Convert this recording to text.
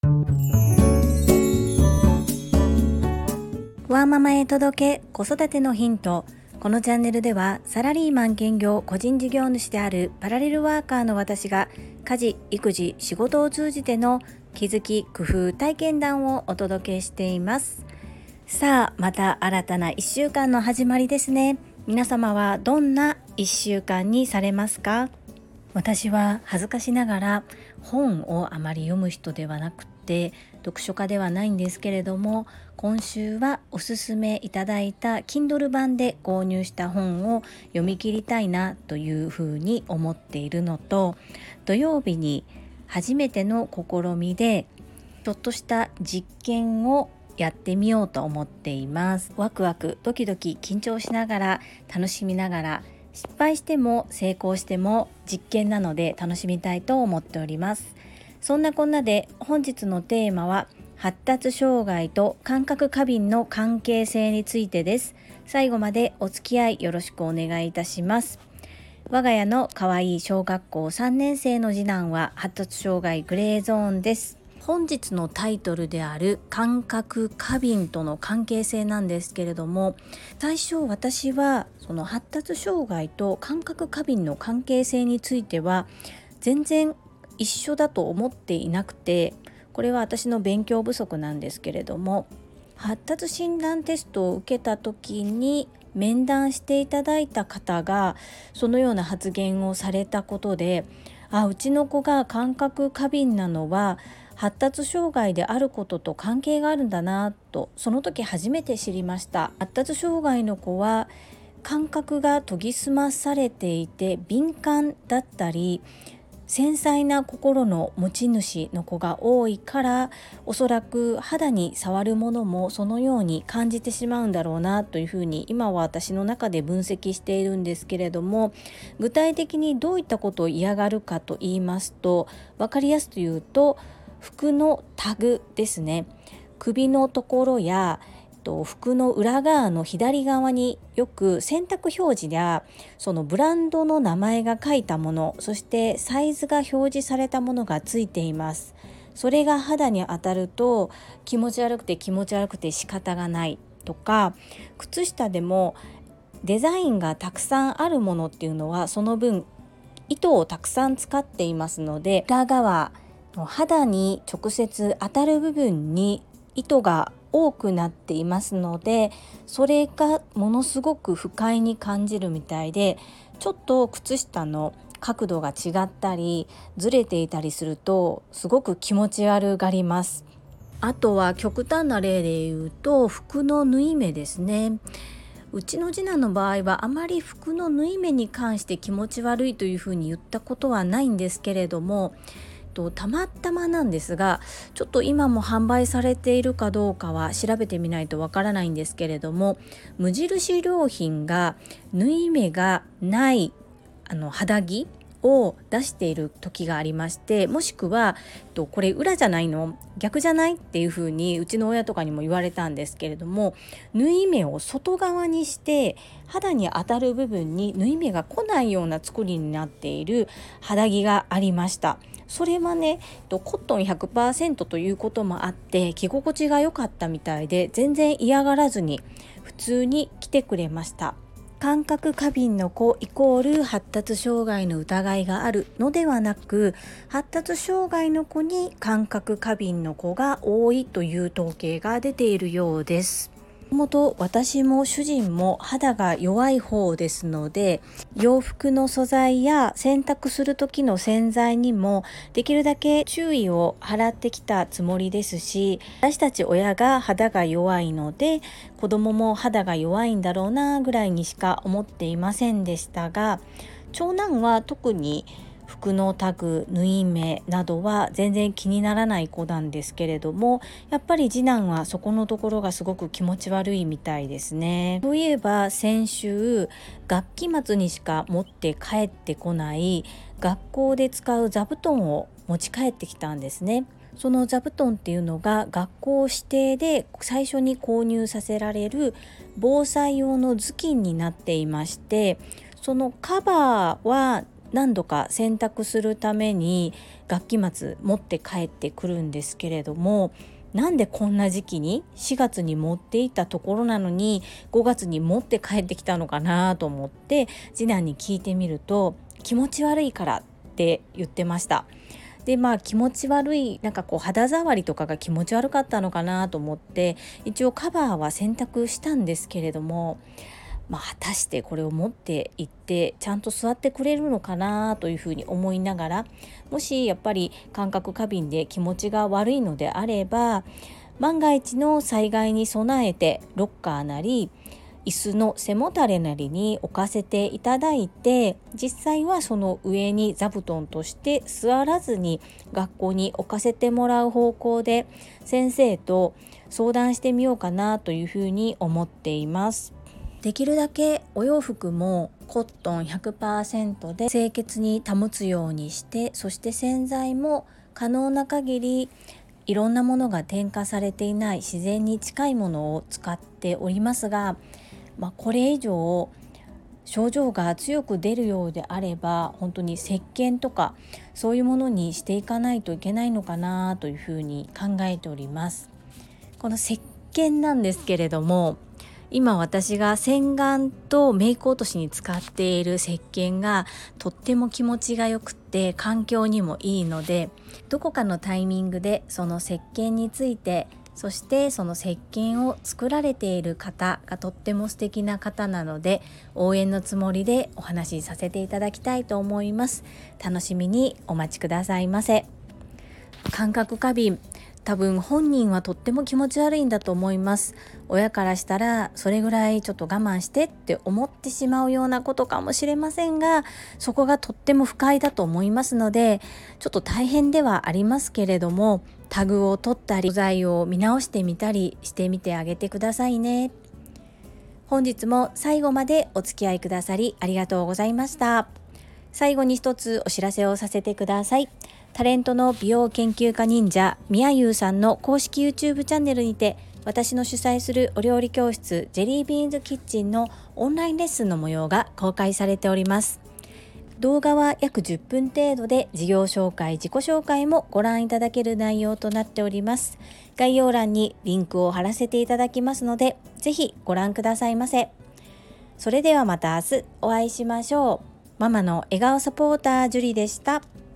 ワーママへ届け子育てのヒント。このチャンネルではサラリーマン兼業個人事業主であるパラレルワーカーの私が家事、育児、仕事を通じての気づき、工夫、体験談をお届けしています。さあ、また新たな1週間の始まりですね。皆様はどんな1週間にされますか？私は恥ずかしながら本をあまり読む人ではなくて、読書家ではないんですけれども、今週はおすすめいただいた Kindle 版で購入した本を読み切りたいなというふうに思っているのと、土曜日に初めての試みでちょっとした実験をやってみようと思っています。ワクワクドキドキ緊張しながら楽しみながら、失敗しても成功しても実験なので楽しみたいと思っております。そんなこんなで本日のテーマは発達障害と感覚過敏の関係性についてです。最後までお付き合いよろしくお願いいたします。我が家の可愛い小学校3年生の次男は発達障害グレーゾーンです。本日のタイトルである感覚過敏との関係性なんですけれども、最初私はその発達障害と感覚過敏の関係性については全然一緒だと思っていなくて、これは私の勉強不足なんですけれども、発達診断テストを受けた時に面談していただいた方がそのような発言をされたことで、うちの子が感覚過敏なのは発達障害であることと関係があるんだなと、その時初めて知りました。発達障害の子は感覚が研ぎ澄まされていて敏感だったり、繊細な心の持ち主の子が多いから、おそらく肌に触るものもそのように感じてしまうんだろうなというふうに今は私の中で分析しているんですけれども、具体的にどういったことを嫌がるかと言いますと、分かりやすく言うと服のタグですね。首のところや服の裏側の左側によく洗濯表示やそのブランドの名前が書いたもの、そしてサイズが表示されたものがついています。それが肌に当たると気持ち悪くて仕方がないとか、靴下でもデザインがたくさんあるものっていうのはその分糸をたくさん使っていますので、裏側肌に直接当たる部分に糸が多くなっていますので、それがものすごく不快に感じるみたいで、ちょっと靴下の角度が違ったりずれていたりするとすごく気持ち悪がります。あとは極端な例で言うと服の縫い目ですね。うちの次男の場合はあまり服の縫い目に関して気持ち悪いというふうに言ったことはないんですけれども、たまたまなんですが、ちょっと今も販売されているかどうかは調べてみないとわからないんですけれども、無印良品が縫い目がない肌着を出している時がありまして、もしくはこれ裏じゃないの、逆じゃないっていう風にうちの親とかにも言われたんですけれども、縫い目を外側にして肌に当たる部分に縫い目が来ないような作りになっている肌着がありました。それはね、コットン 100% ということもあって着心地が良かったみたいで、全然嫌がらずに普通に着てくれました。感覚過敏の子イコール発達障害の疑いがあるのではなく、発達障害の子に感覚過敏の子が多いという統計が出ているようです。もともと私も主人も肌が弱い方ですので、洋服の素材や洗濯する時の洗剤にもできるだけ注意を払ってきたつもりですし、私たち親が肌が弱いので子供も肌が弱いんだろうなぐらいにしか思っていませんでしたが、長男は特に服のタグ、縫い目などは全然気にならない子なんですけれども、やっぱり次男はそこのところがすごく気持ち悪いみたいですね。そういえば先週、学期末にしか持って帰ってこない学校で使う座布団を持ち帰ってきたんですね。その座布団っていうのが学校指定で最初に購入させられる防災用の頭巾になっていまして、そのカバーは何度か洗濯するために学期末持って帰ってくるんですけれども、なんでこんな時期に4月に持っていったところなのに5月に持って帰ってきたのかなと思って次男に聞いてみると、気持ち悪いからって言ってました。で気持ち悪い、肌触りとかが気持ち悪かったのかなと思って一応カバーは洗濯したんですけれども、果たしてこれを持って行ってちゃんと座ってくれるのかなというふうに思いながら、もしやっぱり感覚過敏で気持ちが悪いのであれば、万が一の災害に備えてロッカーなり椅子の背もたれなりに置かせていただいて、実際はその上に座布団として座らずに学校に置かせてもらう方向で先生と相談してみようかなというふうに思っています。できるだけお洋服もコットン 100% で清潔に保つようにして、そして洗剤も可能な限りいろんなものが添加されていない自然に近いものを使っておりますが、これ以上症状が強く出るようであれば本当に石鹸とかそういうものにしていかないといけないのかなというふうに考えております。この石鹸なんですけれども、今私が洗顔とメイク落としに使っている石鹸がとっても気持ちがよくって環境にもいいので、どこかのタイミングでその石鹸について、そしてその石鹸を作られている方がとっても素敵な方なので、応援のつもりでお話しさせていただきたいと思います。楽しみにお待ちくださいませ。感覚過敏、多分本人はとっても気持ち悪いんだと思います。親からしたらそれぐらいちょっと我慢してって思ってしまうようなことかもしれませんが、そこがとっても不快だと思いますので、ちょっと大変ではありますけれども、タグを取ったり素材を見直してみたりしてみてあげてくださいね。本日も最後までお付き合いくださりありがとうございました。最後に一つお知らせをさせてください。タレントの美容研究家忍者みやゆうさんの公式 YouTube チャンネルにて、私の主催するお料理教室ジェリービーンズキッチンのオンラインレッスンの模様が公開されております。動画は約10分程度で、事業紹介、自己紹介もご覧いただける内容となっております。概要欄にリンクを貼らせていただきますので、ぜひご覧くださいませ。それではまた明日お会いしましょう。ママの笑顔サポータージュリでした。